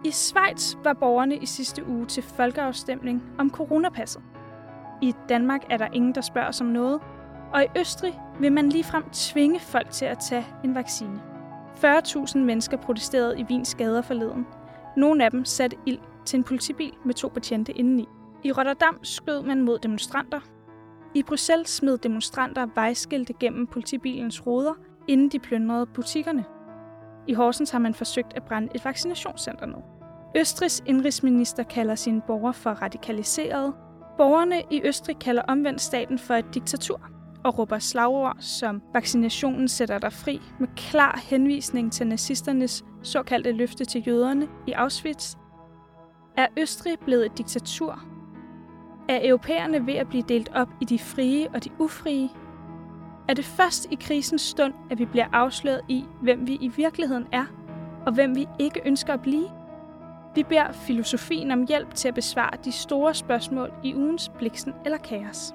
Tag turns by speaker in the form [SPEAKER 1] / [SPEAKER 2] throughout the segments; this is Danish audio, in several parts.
[SPEAKER 1] I Schweiz var borgerne i sidste uge til folkeafstemning om coronapasset. I Danmark er der ingen, der spørger som noget, og i Østrig vil man ligefrem tvinge folk til at tage en vaccine. 40.000 mennesker protesterede i Wiens gader forleden. Nogle af dem satte ild til en politibil med 2 betjente indeni. I Rotterdam skød man mod demonstranter. I Bruxelles smed demonstranter vejskilte gennem politibilens ruder, inden de plyndrede butikkerne. I Horsens har man forsøgt at brænde et vaccinationscenter ned. Østrigs indrigsminister kalder sine borgere for radikaliserede. Borgerne i Østrig kalder omvendt staten for et diktatur og råber slagord som vaccinationen sætter dig fri med klar henvisning til nazisternes såkaldte løfte til jøderne i Auschwitz. Er Østrig blevet et diktatur? Er europæerne ved at blive delt op i de frie og de ufrie? Er det først i krisens stund, at vi bliver afsløret i, hvem vi i virkeligheden er, og hvem vi ikke ønsker at blive? Vi beder filosofien om hjælp til at besvare de store spørgsmål i ugens Bliksen eller Kaos.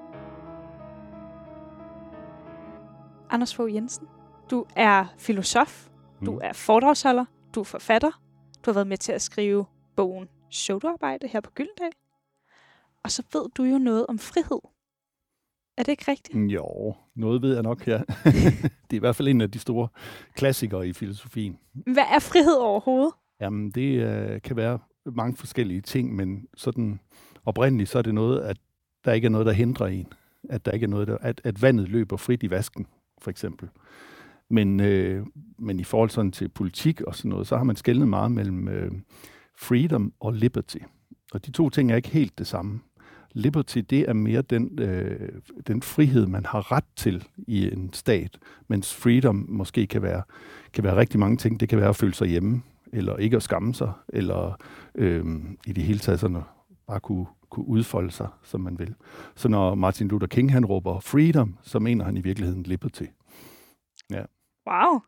[SPEAKER 1] Anders Fogh Jensen, du er filosof, du er foredragsholder, du er forfatter, du har været med til at skrive bogen Pseudoarbejde her på Gyldendal, og så ved du jo noget om frihed. Er det ikke rigtigt?
[SPEAKER 2] Jo, noget ved jeg nok, ja. Det er i hvert fald en af de store klassikere i filosofien.
[SPEAKER 1] Hvad er frihed overhovedet?
[SPEAKER 2] Jamen, det kan være mange forskellige ting, men sådan oprindeligt, så er det noget, at der ikke er noget, der hindrer en. At der ikke er noget, at vandet løber frit i vasken, for eksempel. Men i forhold sådan til politik og sådan noget, så har man skelnet meget mellem freedom og liberty. Og de to ting er ikke helt det samme. Liberty, det er mere den frihed, man har ret til i en stat, mens freedom måske kan være rigtig mange ting. Det kan være at føle sig hjemme, eller ikke at skamme sig, eller i det hele taget sådan at bare kunne udfolde sig, som man vil. Så når Martin Luther King han råber freedom, så mener han i virkeligheden liberty. Ja.
[SPEAKER 1] Wow!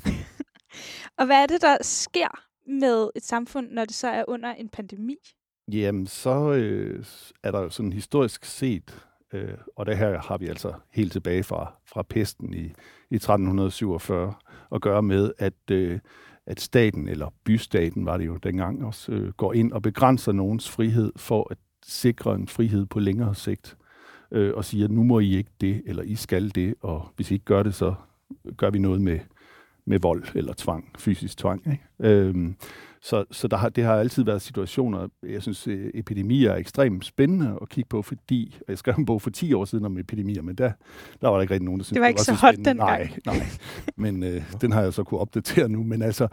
[SPEAKER 1] Og hvad er det, der sker med et samfund, når det så er under en pandemi?
[SPEAKER 2] Jamen, så er der jo sådan historisk set, og det her har vi altså helt tilbage fra pesten i 1347, at gøre med, at staten, eller bystaten var det jo dengang også, går ind og begrænser nogens frihed for at sikre en frihed på længere sigt, og siger, at nu må I ikke det, eller I skal det, og hvis I ikke gør det, så gør vi noget med vold eller tvang, fysisk tvang. Ikke? Så det har altid været situationer, jeg synes, epidemier er ekstremt spændende at kigge på, fordi, og jeg skrev en bog for 10 år siden om epidemier, men der var der ikke rigtig nogen, der synes,
[SPEAKER 1] det var ikke så hot dengang.
[SPEAKER 2] Nej, men den har jeg så kunne opdatere nu, men altså,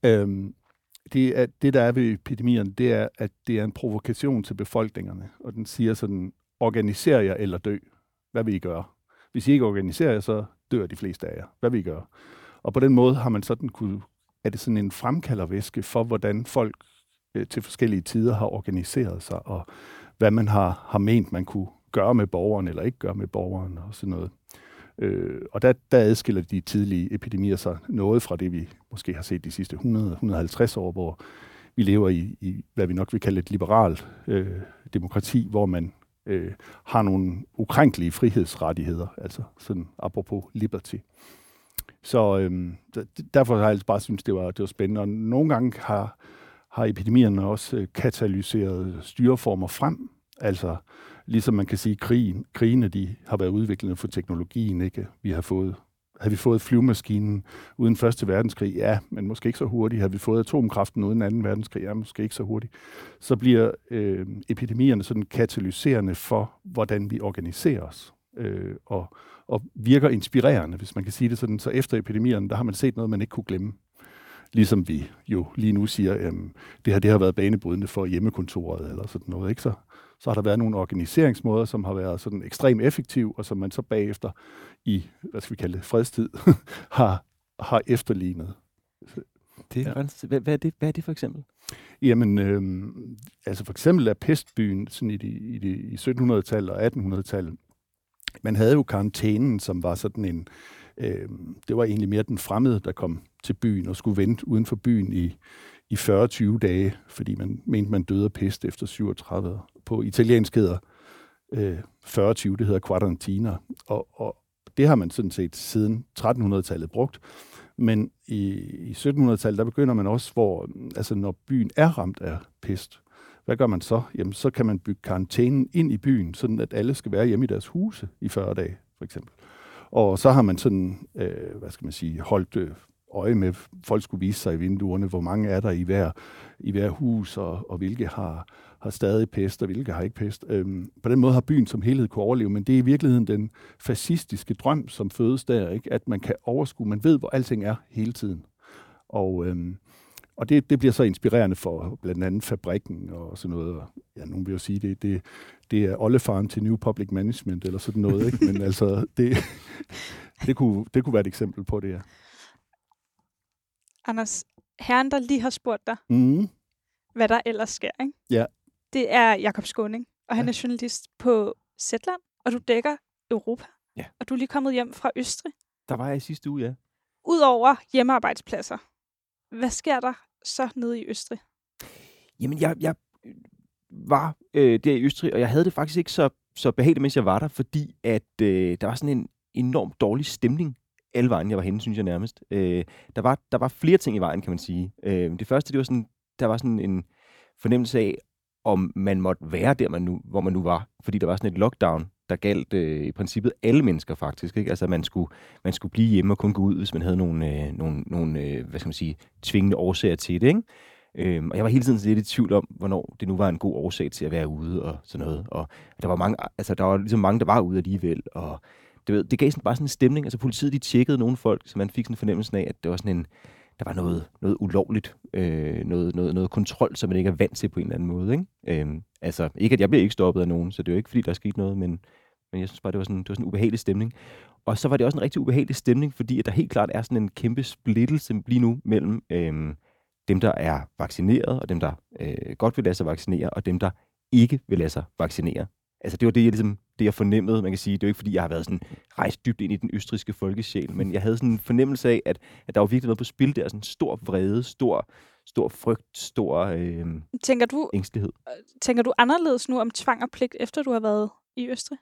[SPEAKER 2] det der er ved epidemierne, det er, at det er en provokation til befolkningerne, og den siger sådan, organiser jer eller dø. Hvad vil I gøre? Hvis I ikke organiserer jer, så dør de fleste af jer. Hvad vil I gøre? Og på den måde har man sådan er det sådan en fremkaldervæske for, hvordan folk til forskellige tider har organiseret sig, og hvad man har ment, man kunne gøre med borgeren, eller ikke gøre med borgeren, og sådan noget. Og der adskiller de tidlige epidemier sig noget fra det, vi måske har set de sidste 100-150 år, hvor vi lever i hvad vi nok vil kalde et liberalt demokrati, hvor man har nogle ukrænkelige frihedsrettigheder, altså sådan apropos liberty. Så derfor har jeg altså bare syntes, det var spændende. Og nogle gange har epidemierne også katalyseret styreformer frem. Altså ligesom man kan sige, krigene de har været udviklet for teknologien. Ikke? Havde vi fået flyvemaskinen uden Første Verdenskrig? Ja, men måske ikke så hurtigt. Havde vi fået atomkraften uden Anden Verdenskrig? Ja, måske ikke så hurtigt. Så bliver epidemierne sådan katalyserende for, hvordan vi organiserer os. Og virker inspirerende, hvis man kan sige det sådan. Så efter epidemierne, der har man set noget, man ikke kunne glemme. Ligesom vi jo lige nu siger, det har været banebrydende for hjemmekontoret eller sådan noget. Ikke? Så har der været nogle organiseringsmåder, som har været sådan ekstremt effektive, og som man så bagefter i, hvad skal vi kalde det, fredstid, har efterlignet.
[SPEAKER 3] Hvad er det for eksempel?
[SPEAKER 2] Jamen, altså for eksempel er pestbyen sådan i 1700-tallet og 1800-tallet. Man havde jo karantænen, som var sådan en, det var egentlig mere den fremmede, der kom til byen og skulle vente uden for byen i 40-20 dage, fordi man mente, man døde af pest efter 37. På italiensk hedder 40-20, det hedder quarantina, og det har man sådan set siden 1300-tallet brugt, Men i 1700-tallet, der begynder man også, når byen er ramt af pest, hvad gør man så? Jamen, så kan man bygge karantænen ind i byen, sådan at alle skal være hjemme i deres huse i 40 dage, for eksempel. Og så har man sådan, holdt øje med, folk skulle vise sig i vinduerne, hvor mange er der i hver hus, og hvilke har stadig pest, og hvilke har ikke pest. På den måde har byen som helhed kunne overleve, men det er i virkeligheden den fascistiske drøm, som fødes der, ikke? At man kan overskue, man ved, hvor alting er hele tiden. Og det bliver så inspirerende for blandt andet fabrikken og sådan noget. Og, ja, nogen vil jo sige, det er oldefaren til New Public Management eller sådan noget, ikke? Men altså, det kunne være et eksempel på det, ja.
[SPEAKER 1] Anders, herren, der lige har spurgt dig, hvad der ellers sker, ikke?
[SPEAKER 2] Ja.
[SPEAKER 1] Det er Jakob Skåning, og han er journalist på Zetland, og du dækker Europa.
[SPEAKER 3] Ja.
[SPEAKER 1] Og du er lige kommet hjem fra Østrig.
[SPEAKER 3] Der var jeg i sidste uge, ja. Udover
[SPEAKER 1] hjemmearbejdspladser, hvad sker der så nede i Østrig?
[SPEAKER 3] Jamen, jeg var der i Østrig, og jeg havde det faktisk ikke så behageligt, mens jeg var der, fordi at der var sådan en enormt dårlig stemning alle vejen, jeg var henne, synes jeg nærmest. Der var flere ting i vejen, kan man sige. Det første, det var sådan, der var sådan en fornemmelse af, om man måtte være der, hvor man nu var. Fordi der var sådan et lockdown, der galt i princippet alle mennesker faktisk. Ikke? Altså, man skulle blive hjemme og kun gå ud, hvis man havde nogle tvingende årsager til det. Ikke? Og jeg var hele tiden lidt i tvivl om, hvornår det nu var en god årsag til at være ude og sådan noget. Og der var ligesom mange, der var ude alligevel, og det gav bare sådan en stemning. Altså politiet, de tjekkede nogle folk, så man fik sådan en fornemmelse af, at det var sådan der var noget ulovligt, noget kontrol, som man ikke er vant til på en eller anden måde. Ikke? Altså, ikke at jeg blev ikke stoppet af nogen, så det er jo ikke, fordi der er sket noget, men jeg synes bare, det var sådan en ubehagelig stemning. Og så var det også en rigtig ubehagelig stemning, fordi at der helt klart er sådan en kæmpe splittelse lige nu mellem dem, der er vaccineret, og dem, der godt vil lade sig vaccinere, og dem, der ikke vil lade sig vaccinere. Altså, det var det, jeg fornemmede. Man kan sige, det er jo ikke, fordi jeg har været sådan rejst dybt ind i den østrigske folkesjæl, men jeg havde sådan en fornemmelse af, at der var virkelig noget på spil der. Sådan stor vrede, stor frygt, stor ængstelighed.
[SPEAKER 1] Tænker du anderledes nu om tvang og pligt, efter du har været i Østrig?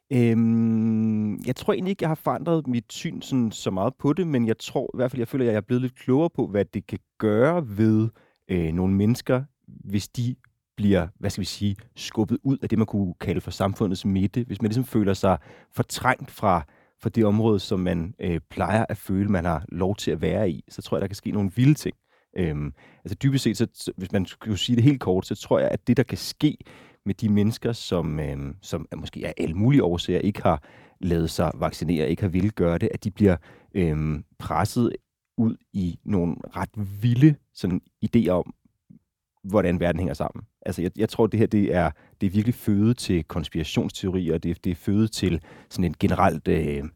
[SPEAKER 3] Jeg tror egentlig ikke, jeg har forandret mit syn sådan, så meget på det, men jeg tror i hvert fald, jeg føler, at jeg er blevet lidt klogere på, hvad det kan gøre ved nogle mennesker, hvis de bliver, skubbet ud af det, man kunne kalde for samfundets midte. Hvis man ligesom føler sig fortrængt fra det område, som man plejer at føle, man har lov til at være i, så tror jeg, der kan ske nogle vilde ting. Altså dybest set, så, hvis man skulle sige det helt kort, så tror jeg, at det, der kan ske med de mennesker, som måske af alle mulige årsager ikke har lavet sig vaccinere, ikke har ville gøre det, at de bliver presset ud i nogle ret vilde sådan, idéer om, hvordan verden hænger sammen. Altså, jeg tror, det her det er virkelig føde til konspirationsteorier, det er føde til sådan en generelt,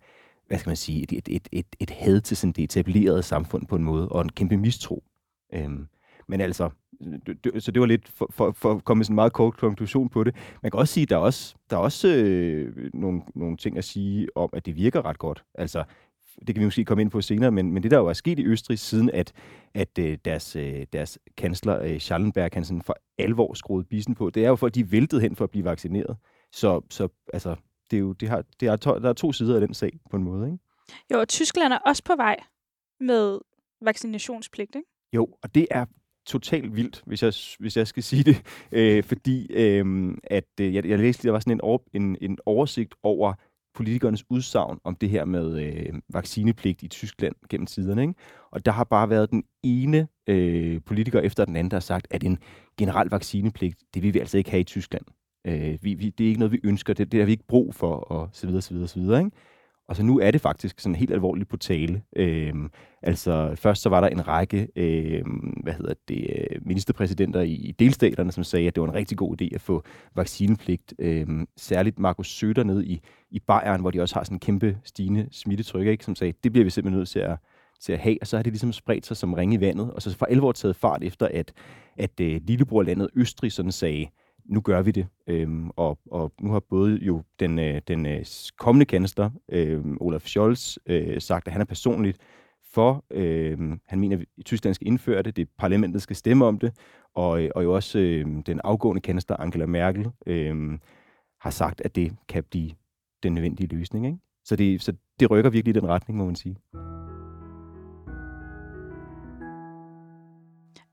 [SPEAKER 3] et had til sådan det etablerede samfund på en måde, og en kæmpe mistro. Men altså, så det var lidt for at komme med sådan en meget kort konklusion på det. Man kan også sige, der er også nogle ting at sige om, at det virker ret godt. Altså, det kan vi måske komme ind på senere, men det der jo er sket i Østrig, siden at deres kansler Schallenberg han sådan for alvor skruede bissen på, det er jo for, at de væltede hen for at blive vaccineret. Så altså, det er jo, der er to sider af den sag på en måde, ikke?
[SPEAKER 1] Jo, og Tyskland er også på vej med vaccinationspligt, ikke?
[SPEAKER 3] Jo, og det er totalt vildt, hvis jeg skal sige det, fordi jeg læste, der var sådan en oversigt over politikernes udsagn om det her med vaccinepligt i Tyskland gennem tiderne, ikke? Og der har bare været den ene politiker efter den anden, der har sagt, at en generel vaccinepligt, det vil vi altså ikke have i Tyskland. Det er ikke noget, vi ønsker, det har vi ikke brug for, og så videre, så videre, så videre, ikke? Og så nu er det faktisk sådan helt alvorligt på tale. Altså først så var der en række ministerpræsidenter i delstaterne, som sagde, at det var en rigtig god idé at få vaccinepligt. Særligt Markus Söder nede i Bayern, hvor de også har sådan en kæmpe stigende smittetryk, ikke? Som sagde, det bliver vi simpelthen nødt til at have. Og så har det ligesom spredt sig som ringe i vandet, og så for alvor taget fart efter, at lillebrorlandet Østrig sådan sagde, nu gør vi det. Og nu har både jo den kommende kansler, Olaf Scholz, sagt, at han er personligt for, han mener, at Tyskland skal indføre det, parlamentet skal stemme om det, og jo også den afgående kansler, Angela Merkel, har sagt, at det kan blive den nødvendige løsning, ikke? Så det rykker virkelig i den retning, må man sige.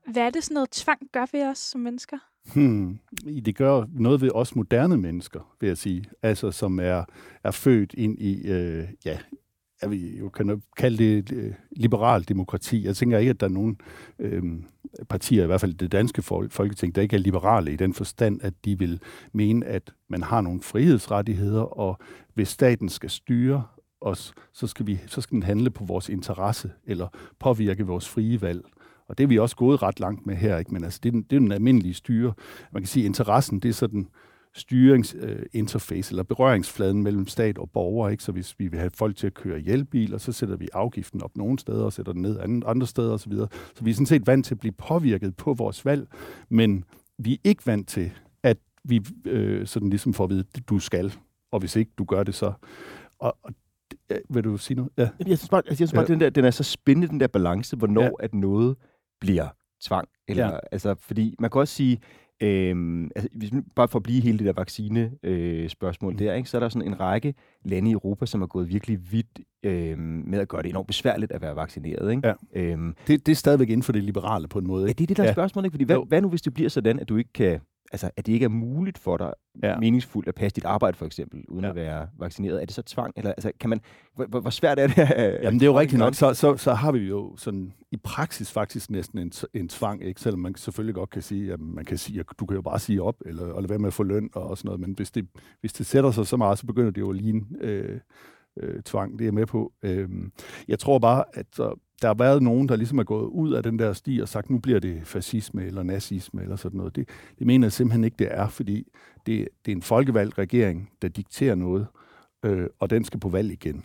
[SPEAKER 1] Hvad er det sådan noget tvang gør ved os som mennesker?
[SPEAKER 2] Det gør noget ved os moderne mennesker, vil jeg sige. Altså, som er født ind i, jeg vil jo kan kalde det liberal demokrati. Jeg tænker ikke, at der er nogen partier, i hvert fald det danske folketing, der ikke er liberale i den forstand, at de vil mene, at man har nogle frihedsrettigheder, og hvis staten skal styre os, så skal den handle på vores interesse, eller påvirke vores frie valg. Og det er vi også gået ret langt med her, ikke? Men altså, det er den almindelige styre. Man kan sige, at interessen, det er sådan styringsinterface, eller berøringsfladen mellem stat og borger, ikke? Så hvis vi vil have folk til at køre i elbiler, så sætter vi afgiften op nogle steder, og sætter den ned andre steder osv. Så vi er sådan set vant til at blive påvirket på vores valg, men vi er ikke vant til, at vi sådan ligesom får at vide, at du skal, og hvis ikke du gør det, så... Og vil du sige noget? Ja.
[SPEAKER 3] Jeg synes bare den er så spændende, den der balance, hvornår at noget bliver tvang. Eller, altså, fordi man kan også sige, hvis man bare for at blive hele det der vaccine-spørgsmål der, ikke, så er der sådan en række lande i Europa, som er gået virkelig vidt med at gøre det enormt besværligt at være vaccineret. Ikke?
[SPEAKER 2] Ja. Det er stadigvæk inden for det liberale på en måde. Ikke?
[SPEAKER 3] Ja, det er det der spørgsmål, ikke? Fordi hvad nu, hvis det bliver sådan, at du ikke kan... Altså, at det ikke er muligt for dig meningsfuldt at passe dit arbejde, for eksempel, uden at være vaccineret. Er det så tvang? Eller, altså, kan man, hvor svært er det?
[SPEAKER 2] Jamen, det er jo rigtigt nok. Så har vi jo sådan i praksis faktisk næsten en tvang, ikke? Selvom man selvfølgelig godt kan sige, at man kan sige, at du kan jo bare sige op, eller lade være med at få løn og sådan noget. Men hvis det sætter sig så meget, så begynder det jo at ligne tvang. Det er jeg med på. Jeg tror bare, at der har været nogen, der ligesom er gået ud af den der sti og sagt, nu bliver det fascisme eller nazisme eller sådan noget. Det mener jeg simpelthen ikke, det er, fordi det er en folkevalgt regering, der dikterer noget, og den skal på valg igen.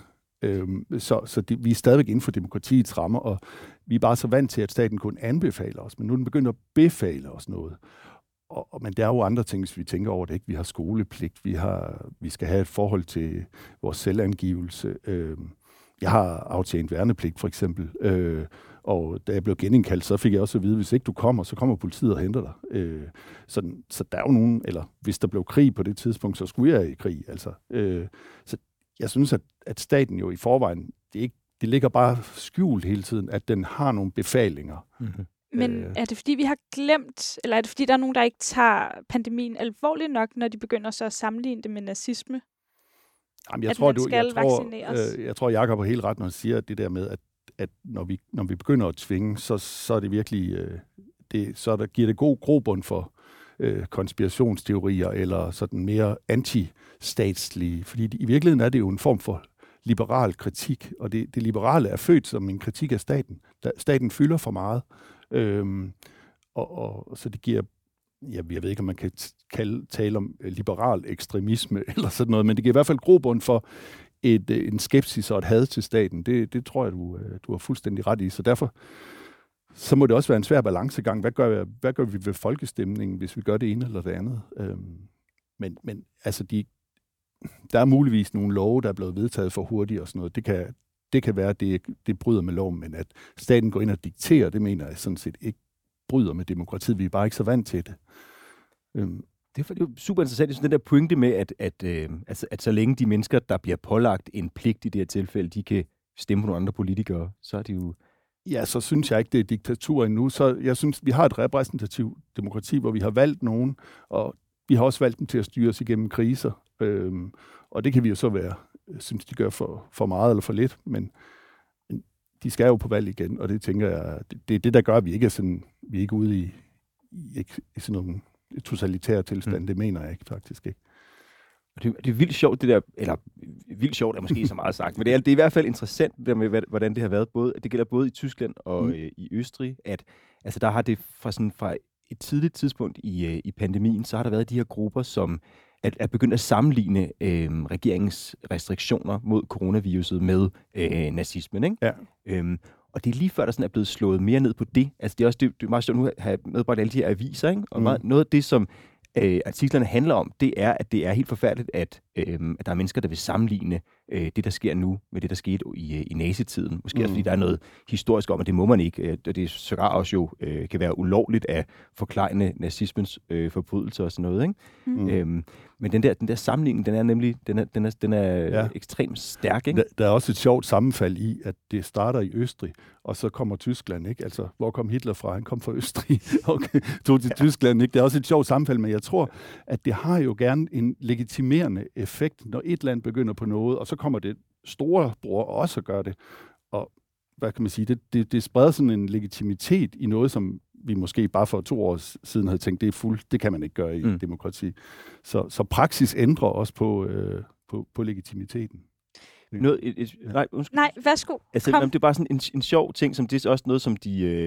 [SPEAKER 2] Vi er stadigvæk inden for demokratiets rammer, og vi er bare så vant til, at staten kun anbefaler os, men nu er den begyndt at befale os noget. Men der er jo andre ting, hvis vi tænker over det, ikke? Vi har skolepligt, vi skal have et forhold til vores selvangivelse. Jeg har aftjent værnepligt, for eksempel, og da jeg blev genindkaldt, så fik jeg også at vide, at hvis ikke du kommer, så kommer politiet og henter dig. Så der er jo nogen, eller hvis der blev krig på det tidspunkt, så skulle jeg i krig. Altså. Så jeg synes, at staten jo i forvejen, det ligger bare skjult hele tiden, at den har nogle befalinger.
[SPEAKER 1] Mm-hmm. Men er det fordi, vi har glemt, eller er det fordi, der er nogen, der ikke tager pandemien alvorligt nok, når de begynder så at sammenligne det med nazisme?
[SPEAKER 2] Jamen, jeg tror, Jakob har helt ret, når han siger det der med, at når vi begynder at tvinge, så er det virkelig, giver det god grobund for konspirationsteorier, eller sådan mere antistatslige, fordi i virkeligheden er det jo en form for liberal kritik, og det liberale er født som en kritik af staten. Staten fylder for meget, og så det giver, jeg ved ikke, om man kan tale om liberal ekstremisme eller sådan noget, men det giver i hvert fald grobund for en skepsis og et had til staten. Det tror jeg, du har fuldstændig ret i. Så derfor så må det også være en svær balancegang. Hvad gør vi ved folkestemningen, hvis vi gør det ene eller det andet? Men altså, der er muligvis nogle love, der er blevet vedtaget for hurtigt og sådan noget. Det kan være, at det bryder med loven, men at staten går ind og dikterer, det mener jeg sådan set ikke bryder med demokratiet. Vi er bare ikke så vant til det.
[SPEAKER 3] Det er jo super interessant. Det er sådan den der pointe med, at så længe de mennesker, der bliver pålagt en pligt i det her tilfælde, de kan stemme på nogle andre politikere, så er de jo...
[SPEAKER 2] Ja, så synes jeg ikke, det er diktatur endnu. Så jeg synes, vi har et repræsentativt demokrati, hvor vi har valgt nogen, og vi har også valgt dem til at styre os igennem kriser. Og det kan vi jo så være, synes de gør for meget eller for lidt, men de skal jo på valg igen, og det tænker jeg, det er det, der gør, at vi ikke er ude i sådan nogle totalitære tilstand. Det mener jeg ikke, faktisk ikke.
[SPEAKER 3] Det er vildt sjovt, det der, eller vildt sjovt er måske så meget sagt, men det er i hvert fald interessant, det der med, hvordan det har været. Det gælder både i Tyskland og i Østrig, at altså, der har det fra et tidligt tidspunkt i pandemien, så har der været de her grupper, som er begyndt at sammenligne regeringens restriktioner mod coronaviruset med nazismen, ikke?
[SPEAKER 2] Ja.
[SPEAKER 3] Og det er lige før, der sådan er blevet slået mere ned på det. Altså, det er også det er meget sjovt nu at have medbragt alle de her aviser, ikke? Og noget af det, som artiklerne handler om, det er, at det er helt forfærdeligt, at at der er mennesker, der vil sammenligne det, der sker nu, med det, der skete i nazitiden. Måske også fordi der er noget historisk om, at det må man ikke. Og det sågar også jo kan være ulovligt at forklejne nazismens forbrydelser og sådan noget. Ikke? Men den der sammenligning, den er nemlig den er ekstremt stærk. Ikke?
[SPEAKER 2] Der er også et sjovt sammenfald i, at det starter i Østrig, og så kommer Tyskland, ikke? Altså, hvor kom Hitler fra? Han kom fra Østrig og tog til Tyskland, ikke? Det er også et sjovt sammenfald, men jeg tror, at det har jo gerne en legitimerende effekt, når et land begynder på noget, og så kommer det store bror også at gøre det. Og hvad kan man sige? Det spreder sådan en legitimitet i noget, som vi måske bare for 2 år siden havde tænkt, det kan man ikke gøre i demokrati. Så praksis ændrer også på legitimiteten.
[SPEAKER 1] Nej, værsgo.
[SPEAKER 3] Altså, det er bare sådan en sjov ting, som det er også noget, som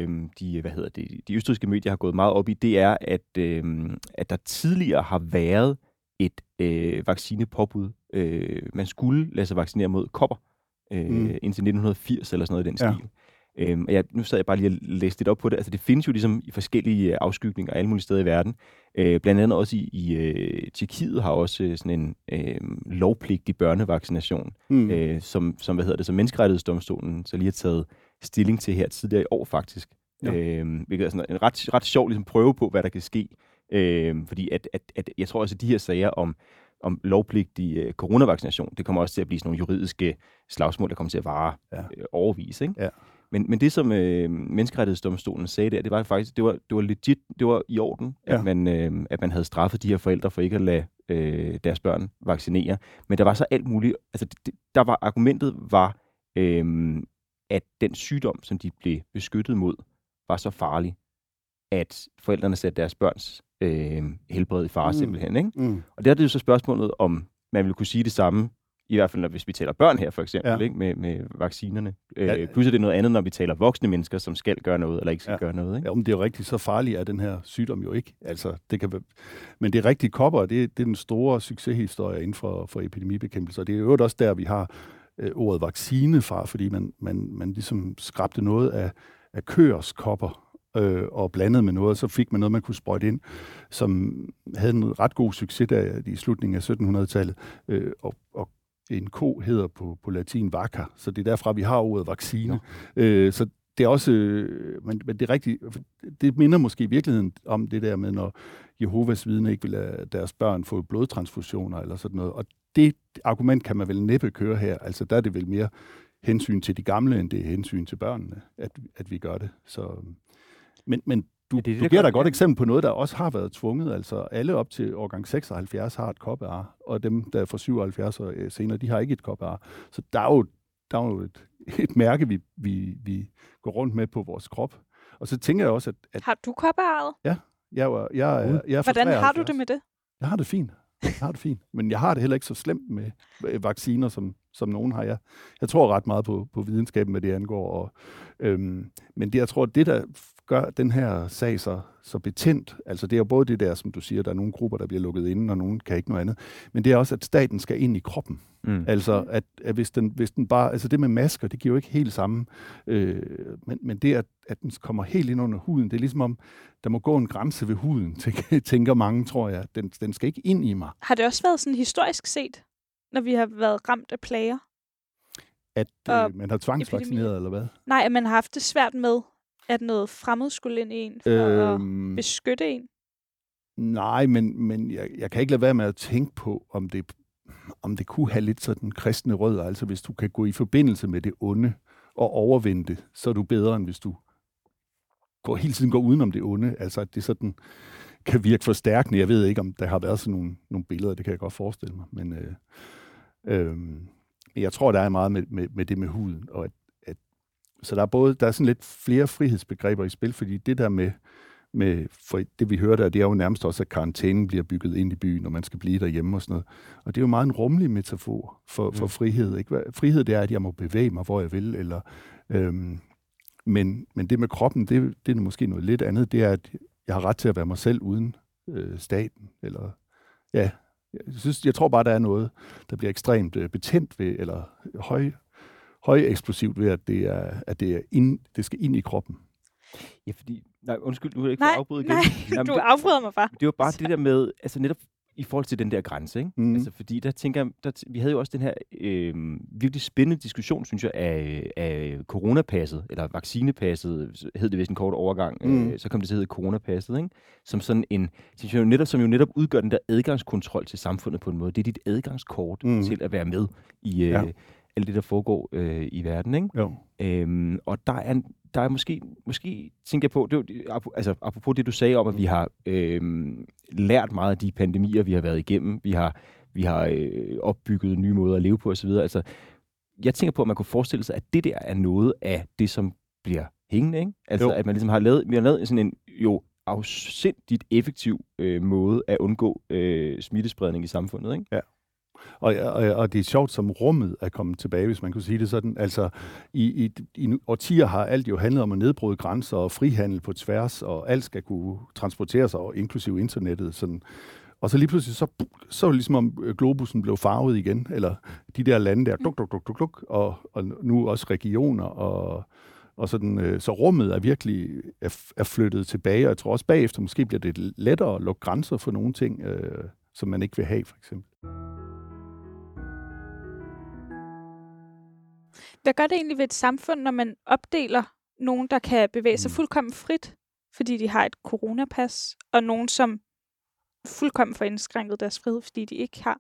[SPEAKER 3] de østrigske medier har gået meget op i, det er, at der tidligere har været et vaccinepåbud. Man skulle lade sig vaccinere mod kopper indtil 1980 eller sådan noget i den stil. Nu sad jeg bare lige og læste lidt op på det. Altså, det findes jo ligesom i forskellige afskygninger alle mulige steder i verden. Blandt andet også i Tjekkiet har også sådan en lovpligtig børnevaccination, som Menneskerettighedsdomstolen så lige har taget stilling til her tidligere i år faktisk. Hvilket er sådan en ret sjov ligesom, prøve på, hvad der kan ske. Fordi at jeg tror også, at de her sager om lovpligtig coronavaccination, det kommer også til at blive sådan nogle juridiske slagsmål, der kommer til at vare overvis, ikke? Ja. Men det, som Menneskerettighedsdomstolen sagde der, det var faktisk, det var legit, det var i orden, at man havde straffet de her forældre for ikke at lade deres børn vaccinere. Men der var så alt muligt, altså argumentet var, at den sygdom, som de blev beskyttet mod, var så farlig, at forældrene satte deres børns helbred i fare simpelthen. Ikke? Og der er det jo så spørgsmålet, om man ville kunne sige det samme, i hvert fald hvis vi taler børn her for eksempel, ikke? Med vaccinerne. Plus er det noget andet, når vi taler voksne mennesker, som skal gøre noget, eller ikke skal gøre noget. Ikke?
[SPEAKER 2] Ja, men det er jo rigtigt, så farlig er den her sygdom jo ikke. Altså, men det er rigtigt, kopper, det er den store succeshistorie inden for epidemibekæmpelse, og det er jo også der, vi har ordet vaccine fra, fordi man ligesom skrabte noget af køers kopper, og blandet med noget, så fik man noget, man kunne sprøjte ind, som havde en ret god succes der i slutningen af 1700-tallet, og en ko hedder på latin vacca, så det er derfra, vi har ordet vaccine. Så det er også, men det er rigtigt, det minder måske i virkeligheden om det der med, når Jehovas vidner ikke vil lade deres børn få blodtransfusioner eller sådan noget, og det argument kan man vel næppe køre her, altså der er det vel mere hensyn til de gamle, end det er hensyn til børnene, at vi gør det. Så, men du giver da et godt eksempel på noget, der også har været tvunget. Altså alle op til årgang 76 har et koppear, og dem, der er fra 77 og senere, de har ikke et koppear. Så der er jo et mærke, vi går rundt med på vores krop. Og så tænker jeg også, at
[SPEAKER 1] har du koppearet?
[SPEAKER 2] Ja. Jeg er
[SPEAKER 1] Hvordan har du det med det?
[SPEAKER 2] Jeg har det fint. Men jeg har det heller ikke så slemt med vacciner, som nogen har. Jeg tror ret meget på videnskaben, hvad det angår. Men jeg tror, det der gør den her sag så betændt, altså det er jo både det der, som du siger, der er nogle grupper, der bliver lukket inde, og nogen kan ikke noget andet, men det er også, at staten skal ind i kroppen. Altså, at hvis den bare, altså det med masker, det giver jo ikke helt samme, men det, at den kommer helt ind under huden, det er ligesom om, der må gå en grænse ved huden, tænker mange, tror jeg. Den skal ikke ind i mig. Har
[SPEAKER 1] det også været sådan historisk set, når vi har været ramt af plager?
[SPEAKER 2] At man har tvangsvaccineret, eller hvad?
[SPEAKER 1] Nej, at man har haft det svært med, at noget fremmed skulle ind i en, for at beskytte en?
[SPEAKER 2] Nej, men jeg kan ikke lade være med at tænke på, om det kunne have lidt sådan kristne rødder. Altså hvis du kan gå i forbindelse med det onde og overvinde det, så er du bedre, end hvis du hele tiden går udenom det onde. Altså at det sådan kan virke forstærkende. Jeg ved ikke, om der har været sådan nogle billeder, det kan jeg godt forestille mig. Men jeg tror, der er meget med det med huden, og så der er sådan lidt flere frihedsbegreber i spil, fordi det der med for det vi hører der, det er jo nærmest også, at karantænen bliver bygget ind i byen, og man skal blive derhjemme og sådan noget. Og det er jo meget en rummelig metafor for frihed. Ikke? Frihed, det er, at jeg må bevæge mig, hvor jeg vil, eller men det med kroppen, det er måske noget lidt andet. Det er, at jeg har ret til at være mig selv uden staten, eller ja. Jeg tror bare, der er noget, der bliver ekstremt betændt ved, eller højeksplosivt ved, at det skal ind i kroppen.
[SPEAKER 3] Ja, fordi... Nej, undskyld, du vil ikke få afbryde igen.
[SPEAKER 1] Nej, du afbryder mig bare.
[SPEAKER 3] Det var bare det der med, altså netop i forhold til den der grænse, ikke? Altså, fordi der tænker jeg, vi havde jo også den her virkelig spændende diskussion, synes jeg, af coronapasset, eller vaccinepasset, hed det vist en kort overgang, så kom det til at hedde coronapasset, ikke? Som sådan en, som jo netop udgør den der adgangskontrol til samfundet på en måde. Det er dit adgangskort til at være med i alt det, der foregår i verden, ikke?
[SPEAKER 2] Jo.
[SPEAKER 3] Og der er måske tænker jeg på, altså apropos det, du sagde om, at vi har lært meget af de pandemier, vi har været igennem. Vi har opbygget nye måder at leve på osv. Altså, jeg tænker på, at man kunne forestille sig, at det der er noget af det, som bliver hængende, ikke? Altså, at man ligesom har lavet sådan en afsindigt effektiv måde at undgå smittespredning i samfundet, ikke?
[SPEAKER 2] Ja. Og det er sjovt, som rummet er kommet tilbage, hvis man kunne sige det sådan. Altså, i årtier har alt jo handlet om at nedbryde grænser og frihandel på tværs, og alt skal kunne transporteres, og inklusive internettet. Sådan. Og så lige pludselig, så ligesom om globussen blev farvet igen, eller de der lande der, duk, og nu også regioner, og sådan, så rummet er virkelig er flyttet tilbage, og jeg tror også bagefter, måske bliver det lettere at lukke grænser for nogle ting, som man ikke vil have, for eksempel.
[SPEAKER 1] Hvad gør det egentlig ved et samfund, når man opdeler nogen, der kan bevæge sig fuldkommen frit, fordi de har et coronapas, og nogen, som fuldkommen får indskrænket deres frihed, fordi de ikke har?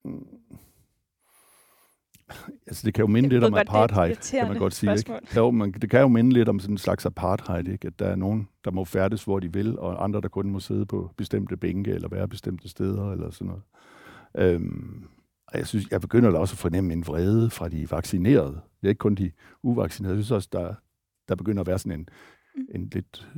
[SPEAKER 2] Altså, det kan jo minde lidt om apartheid, kan man godt sige. Ikke? Det kan jo minde lidt om sådan en slags apartheid, ikke? At der er nogen, der må færdes, hvor de vil, og andre, der kun må sidde på bestemte bænke, eller være bestemte steder, eller sådan noget. Og jeg begynder da også at fornemme en vrede fra de vaccinerede. Det er ikke kun de uvaccinerede. Jeg synes også, der begynder at være sådan en lidt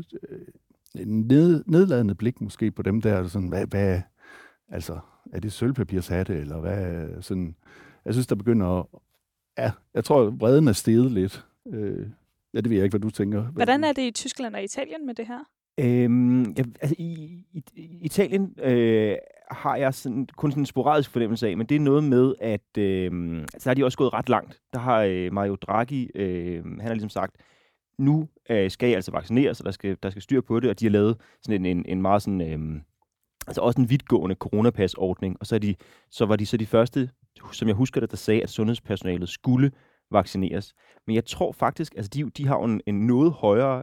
[SPEAKER 2] nedladende blik måske på dem der. Sådan, hvad altså, er det sølvpapirshatte, eller hvad sådan... Jeg synes, der begynder at... jeg tror, vreden er steget lidt. Det ved jeg ikke, hvad du tænker.
[SPEAKER 1] Hvordan er det i Tyskland og Italien med det her?
[SPEAKER 3] Altså i Italien har jeg kun sådan en sporadisk fornemmelse af, men det er noget med, at så har de også gået ret langt. Der har Mario Draghi, han har ligesom sagt, nu skal I altså vaccinere, så der skal styr på det, og de har lavet sådan en meget sådan, altså også en vidtgående coronapasordning, og så var de de første, som jeg husker det, der sagde, at sundhedspersonalet skulle vaccineres. Men jeg tror faktisk, altså de har jo en noget højere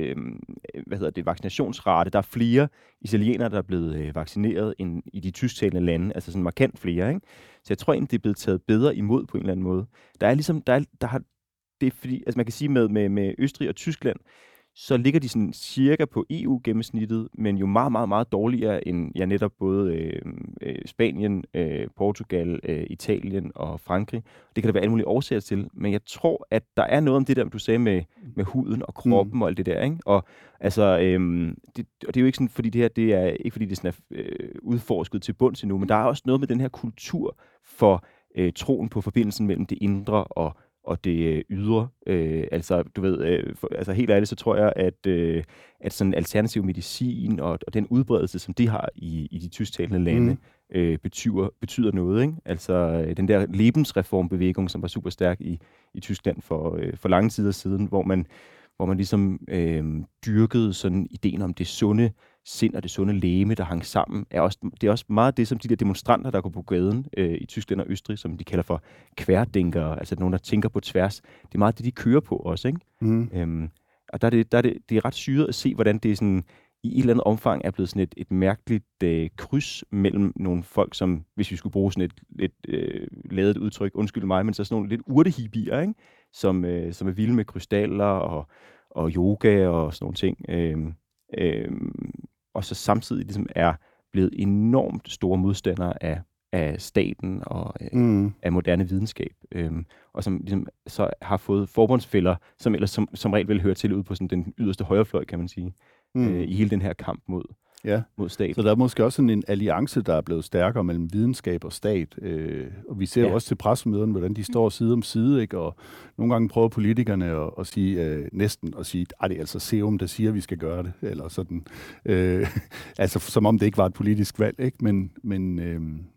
[SPEAKER 3] vaccinationsrate. Der er flere italienere, der er blevet vaccineret end i de tysktalende lande, altså sådan markant flere, ikke? Så jeg tror egentlig, det er blevet taget bedre imod på en eller anden måde. Der er ligesom, det er fordi, altså man kan sige med Østrig og Tyskland, så ligger de sådan cirka på EU-gennemsnittet, men jo meget, meget, meget dårligere end netop både Spanien, Portugal, Italien og Frankrig. Det kan der være alle mulige årsager til, men jeg tror, at der er noget om det der, du sagde med huden og kroppen og alt det der, ikke? Og altså, det er jo ikke sådan, fordi det er ikke fordi det sådan er udforsket til bunds endnu, men der er også noget med den her kultur for troen på forbindelsen mellem det indre og det ydre. Altså, du ved, altså helt ærligt, så tror jeg, at sådan alternativ medicin og den udbredelse, som de har i de tysktalende lande, betyder noget, ikke? Altså, den der Lebensreformbevægung, som var super stærk i Tyskland for lange tider siden, hvor man ligesom dyrkede sådan ideen om det sunde sind og det sunde legeme, der hang sammen, det er også meget det, som de der demonstranter, der går på gaden i Tyskland og Østrig, som de kalder for kværdinkere, altså nogen, der tænker på tværs. Det er meget det, de kører på også, ikke? Og der er det er ret syret at se, hvordan det er sådan, i et eller andet omfang er blevet sådan et mærkeligt kryds mellem nogle folk, som, hvis vi skulle bruge sådan et lidt ladet udtryk, undskyld mig, men så sådan nogle lidt urtehippier, ikke? Som er vilde med krystaller og yoga og sådan nogle ting. Og så samtidig ligesom er blevet enormt store modstandere af staten og af moderne videnskab, og som ligesom så har fået forbundsfæller, som ellers som regel vil høre til ude på sådan den yderste højrefløj, kan man sige, i hele den her kamp mod staten.
[SPEAKER 2] Så der er måske også sådan en alliance, der er blevet stærkere mellem videnskab og stat, og vi ser jo også til pressemøderne, hvordan de står side om side, ikke? Og nogle gange prøver politikerne at sige, næsten at sige, det er altså Serum, der siger, at vi skal gøre det, eller sådan. Altså som om det ikke var et politisk valg, ikke? Men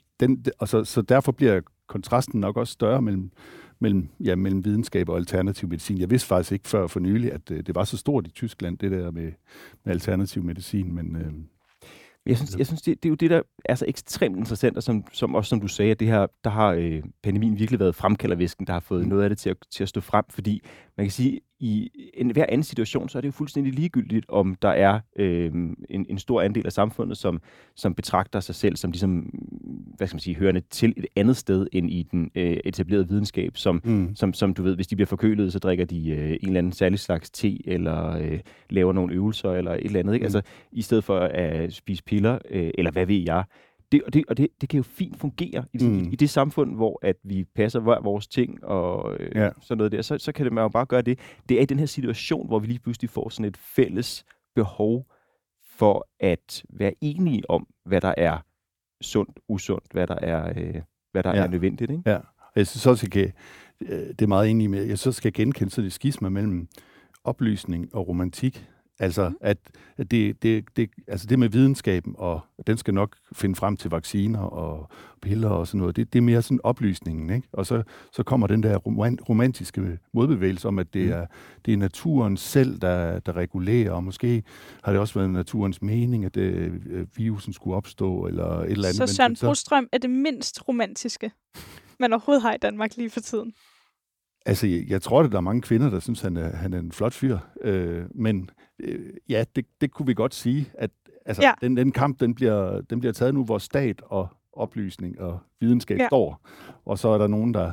[SPEAKER 2] så derfor bliver kontrasten nok også større mellem videnskab og alternativ medicin. Jeg vidste faktisk ikke før for nylig, at det var så stort i Tyskland, det der med alternativ medicin. Men
[SPEAKER 3] Jeg synes det er jo det, der er så ekstremt interessant, og som du sagde, at det her, der har pandemien virkelig været fremkaldervæsken, der har fået noget af det til at stå frem, fordi man kan sige, i hver anden situation, så er det jo fuldstændig ligegyldigt, om der er en stor andel af samfundet, som betragter sig selv som ligesom, hvad skal man sige, hørende til et andet sted end i den etablerede videnskab, som du ved, hvis de bliver forkølet, så drikker de en eller anden særlig slags te, eller laver nogle øvelser, eller et eller andet, ikke? Altså, i stedet for at spise piller, eller hvad ved jeg. Det kan jo fint fungere i det samfund, hvor at vi passer vores ting og sådan noget der. Så kan man jo bare gøre det. Det er i den her situation, hvor vi lige pludselig får sådan et fælles behov for at være enige om, hvad der er sundt, usundt, hvad der er nødvendigt. Ikke?
[SPEAKER 2] Ja, jeg synes også, det er meget enig med, jeg så skal genkende sådan et skisma mellem oplysning og romantik. Altså, at det med videnskaben, og den skal nok finde frem til vacciner og piller og sådan noget, det er mere sådan oplysningen, ikke? Og så kommer den der romantiske modbevægelse om, at det er naturen selv, der regulerer, og måske har det også været naturens mening, at virusen skulle opstå, eller et eller andet.
[SPEAKER 1] Så Søren Brostrøm er det mindst romantiske, man overhovedet har i Danmark lige for tiden.
[SPEAKER 2] Altså, jeg tror, at der er mange kvinder, der synes, han er en flot fyr. Men det kunne vi godt sige, at altså, den kamp, den bliver taget nu, hvor stat og oplysning og videnskab står. Og så er der nogen, der...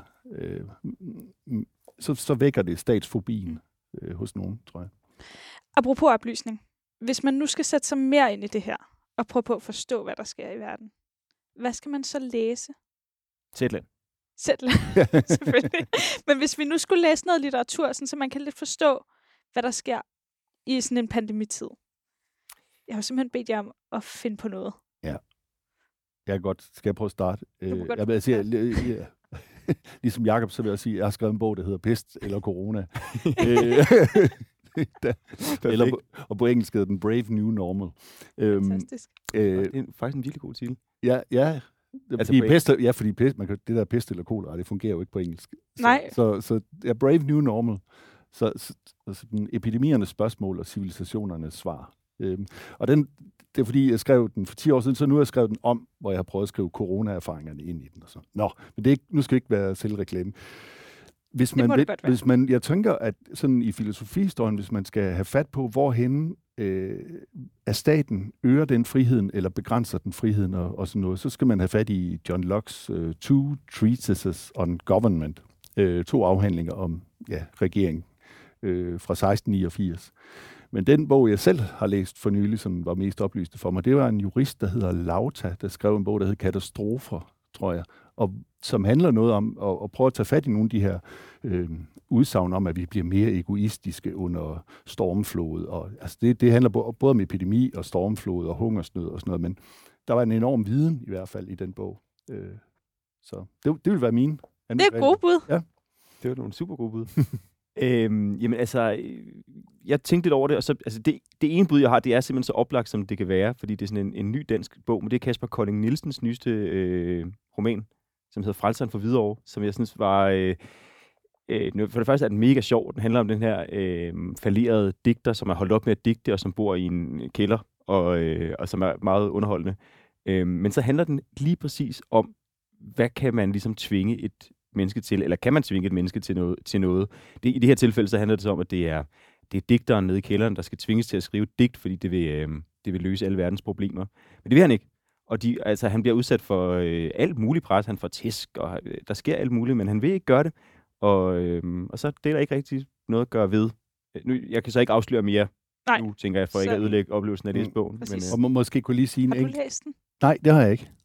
[SPEAKER 2] Så vækker det statsfobien hos nogen, tror jeg.
[SPEAKER 1] Apropos oplysning. Hvis man nu skal sætte sig mere ind i det her, og prøve på at forstå, hvad der sker i verden, hvad skal man så læse?
[SPEAKER 3] Zetland.
[SPEAKER 1] Selvfølgelig. Men hvis vi nu skulle læse noget litteratur, sådan, så man kan lidt forstå, hvad der sker i sådan en pandemitid. Jeg har simpelthen bedt jer om at finde på noget.
[SPEAKER 2] Ja. Jeg godt. Skal jeg prøve at starte? Ligesom Jakob, så vil jeg sige, at jeg har skrevet en bog, der hedder Pest eller Corona. Og på engelsk hedder den Brave New Normal.
[SPEAKER 1] Fantastisk.
[SPEAKER 3] Det er faktisk en virkelig god titel.
[SPEAKER 2] Ja. Fordi det der pest eller kolera, det fungerer jo ikke på engelsk.
[SPEAKER 1] Nej.
[SPEAKER 2] Så Brave New Normal. Så epidemiernes spørgsmål og civilisationernes svar. Og det er fordi, jeg skrev den for 10 år siden, så nu har jeg skrevet den om, hvor jeg har prøvet at skrive corona-erfaringerne ind i den. Og så. Men nu skal det ikke være selvreklame. Jeg tænker, at sådan i filosofihistorien, hvis man skal have fat på, hvorhenne at staten øger den friheden, eller begrænser den friheden og sådan noget, så skal man have fat i John Locke's Two Treatises on Government. 2 afhandlinger om regering fra 1689. Men den bog, jeg selv har læst for nylig, som var mest oplyste for mig, det var en jurist, der hedder Lauta, der skrev en bog, der hed Katastrofer, tror jeg, og som handler noget om at prøve at tage fat i nogle af de her udsagn om, at vi bliver mere egoistiske under stormflod. Og, altså det handler både om epidemi og stormflod og hungersnød og sådan noget, men der var en enorm viden i hvert fald i den bog. Så det vil være mine anbefalinger.
[SPEAKER 1] Det er gode bud.
[SPEAKER 3] Ja, det var nogle super gode bud. Jamen altså, jeg tænkte lidt over det, og så, altså det ene bud, jeg har, det er simpelthen så oplagt, som det kan være, fordi det er sådan en ny dansk bog, men det er Kasper Kolding Nielsens nyeste roman, som hedder Frelseren for Hvidovre, som jeg synes var... for det første er den mega sjov. Den handler om den her fallerede digter, som er holdt op med at digte, og som bor i en kælder, og som er meget underholdende. Men så handler den lige præcis om, hvad kan man ligesom tvinge et menneske til, eller kan man tvinge et menneske til noget? I det her tilfælde, så handler det så om, at det er digteren nede i kælderen, der skal tvinges til at skrive et digt, fordi det vil løse alle verdens problemer. Men det vil han ikke. Og han bliver udsat for alt muligt pres. Han får tæsk, og der sker alt muligt, men han vil ikke gøre det. Og så det er der ikke rigtig noget at gøre ved. Jeg kan så ikke afsløre mere.
[SPEAKER 1] Nej.
[SPEAKER 3] Nu tænker jeg, for ikke at ødelægge oplevelsen af læse bogen.
[SPEAKER 2] Og måske kunne lige sige...
[SPEAKER 1] Har du læst den?
[SPEAKER 2] Nej, det har jeg ikke.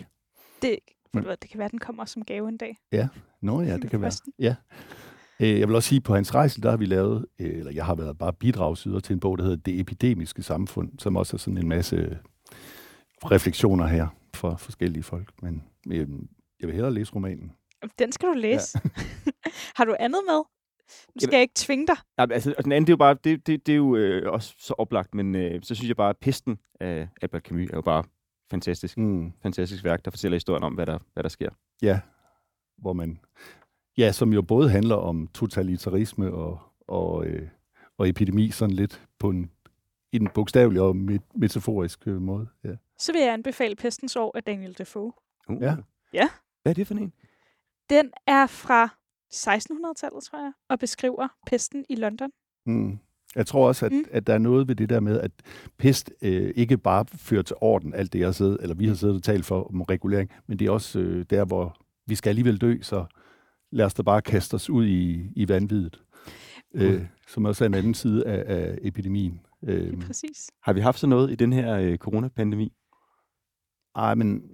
[SPEAKER 1] Det kan være, den kommer som gave en dag.
[SPEAKER 2] Ja, det kan være. Ja. Jeg vil også sige, på hans rejse, der har vi lavet, eller jeg har været bare bidragsyder til en bog, der hedder Det Epidemiske Samfund, som også er sådan en masse refleksioner her fra forskellige folk. Men jeg vil hellere læse romanen.
[SPEAKER 1] Den skal du læse. Ja. Har du andet med? Nu skal jeg ikke tvinge dig.
[SPEAKER 3] Ja, altså, den anden, det er jo bare, det er jo også så oplagt, men så synes jeg bare, at Pesten af Albert Camus er jo bare fantastisk. Fantastisk værk, der fortæller historien om, hvad der sker.
[SPEAKER 2] Ja, hvor man... Ja, som jo både handler om totalitarisme og epidemi, sådan lidt på en bogstavelig og metaforisk måde. Ja.
[SPEAKER 1] Så vil jeg anbefale Pestens år af Daniel Defoe.
[SPEAKER 2] Ja.
[SPEAKER 1] Ja.
[SPEAKER 3] Hvad er det for en?
[SPEAKER 1] Den er fra 1600-tallet, tror jeg, og beskriver pesten i London.
[SPEAKER 2] Jeg tror også, at der er noget ved det der med, at pest ikke bare fører til orden, alt det, vi har siddet og talt for om regulering, men det er også der, hvor vi skal alligevel dø, så lad os da bare kaste os ud i vanviddet. Som også er en anden side af epidemien.
[SPEAKER 1] Præcis.
[SPEAKER 3] Har vi haft sådan noget i den her coronapandemi?
[SPEAKER 2] Ej, men...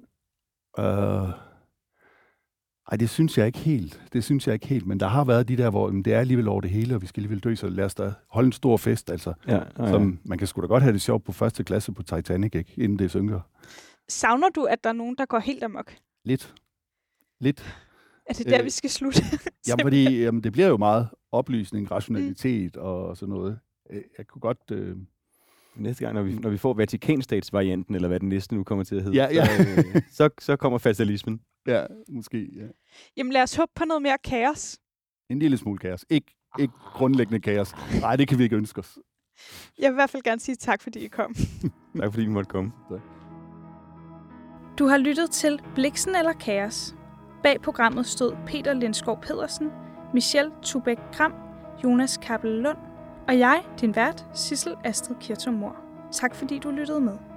[SPEAKER 2] det synes jeg ikke helt. Men der har været de der, hvor det er alligevel over det hele, og vi skal alligevel dø, så lad os da holde en stor fest. Altså, som man kan sgu da godt have det sjovt på første klasse på Titanic, ikke? Inden det synker.
[SPEAKER 1] Savner du, at der er nogen, der går helt amok?
[SPEAKER 2] Lidt.
[SPEAKER 1] Er det der, vi skal slutte?
[SPEAKER 2] Jamen, fordi det bliver jo meget oplysning, rationalitet og sådan noget. Jeg kunne godt...
[SPEAKER 3] Næste gang, når vi får Vatikanstatsvarianten, eller hvad den næste nu kommer til at hedde, så kommer fatalismen.
[SPEAKER 2] Ja, måske, ja.
[SPEAKER 1] Jamen lad os håbe på noget mere kaos.
[SPEAKER 2] En lille smule kaos. Ikke grundlæggende kaos. Nej, det kan vi ikke ønske os.
[SPEAKER 1] Jeg vil i hvert fald gerne sige tak, fordi I kom.
[SPEAKER 3] Tak, fordi I måtte komme. Tak.
[SPEAKER 1] Du har lyttet til Blixen eller Kaos. Bag programmet stod Peter Lindskov Pedersen, Michelle Tubæk Gram, Jonas Kappel Lund og jeg, din vært, Sissel Astrid Kirtum Mohr. Tak fordi du lyttede med.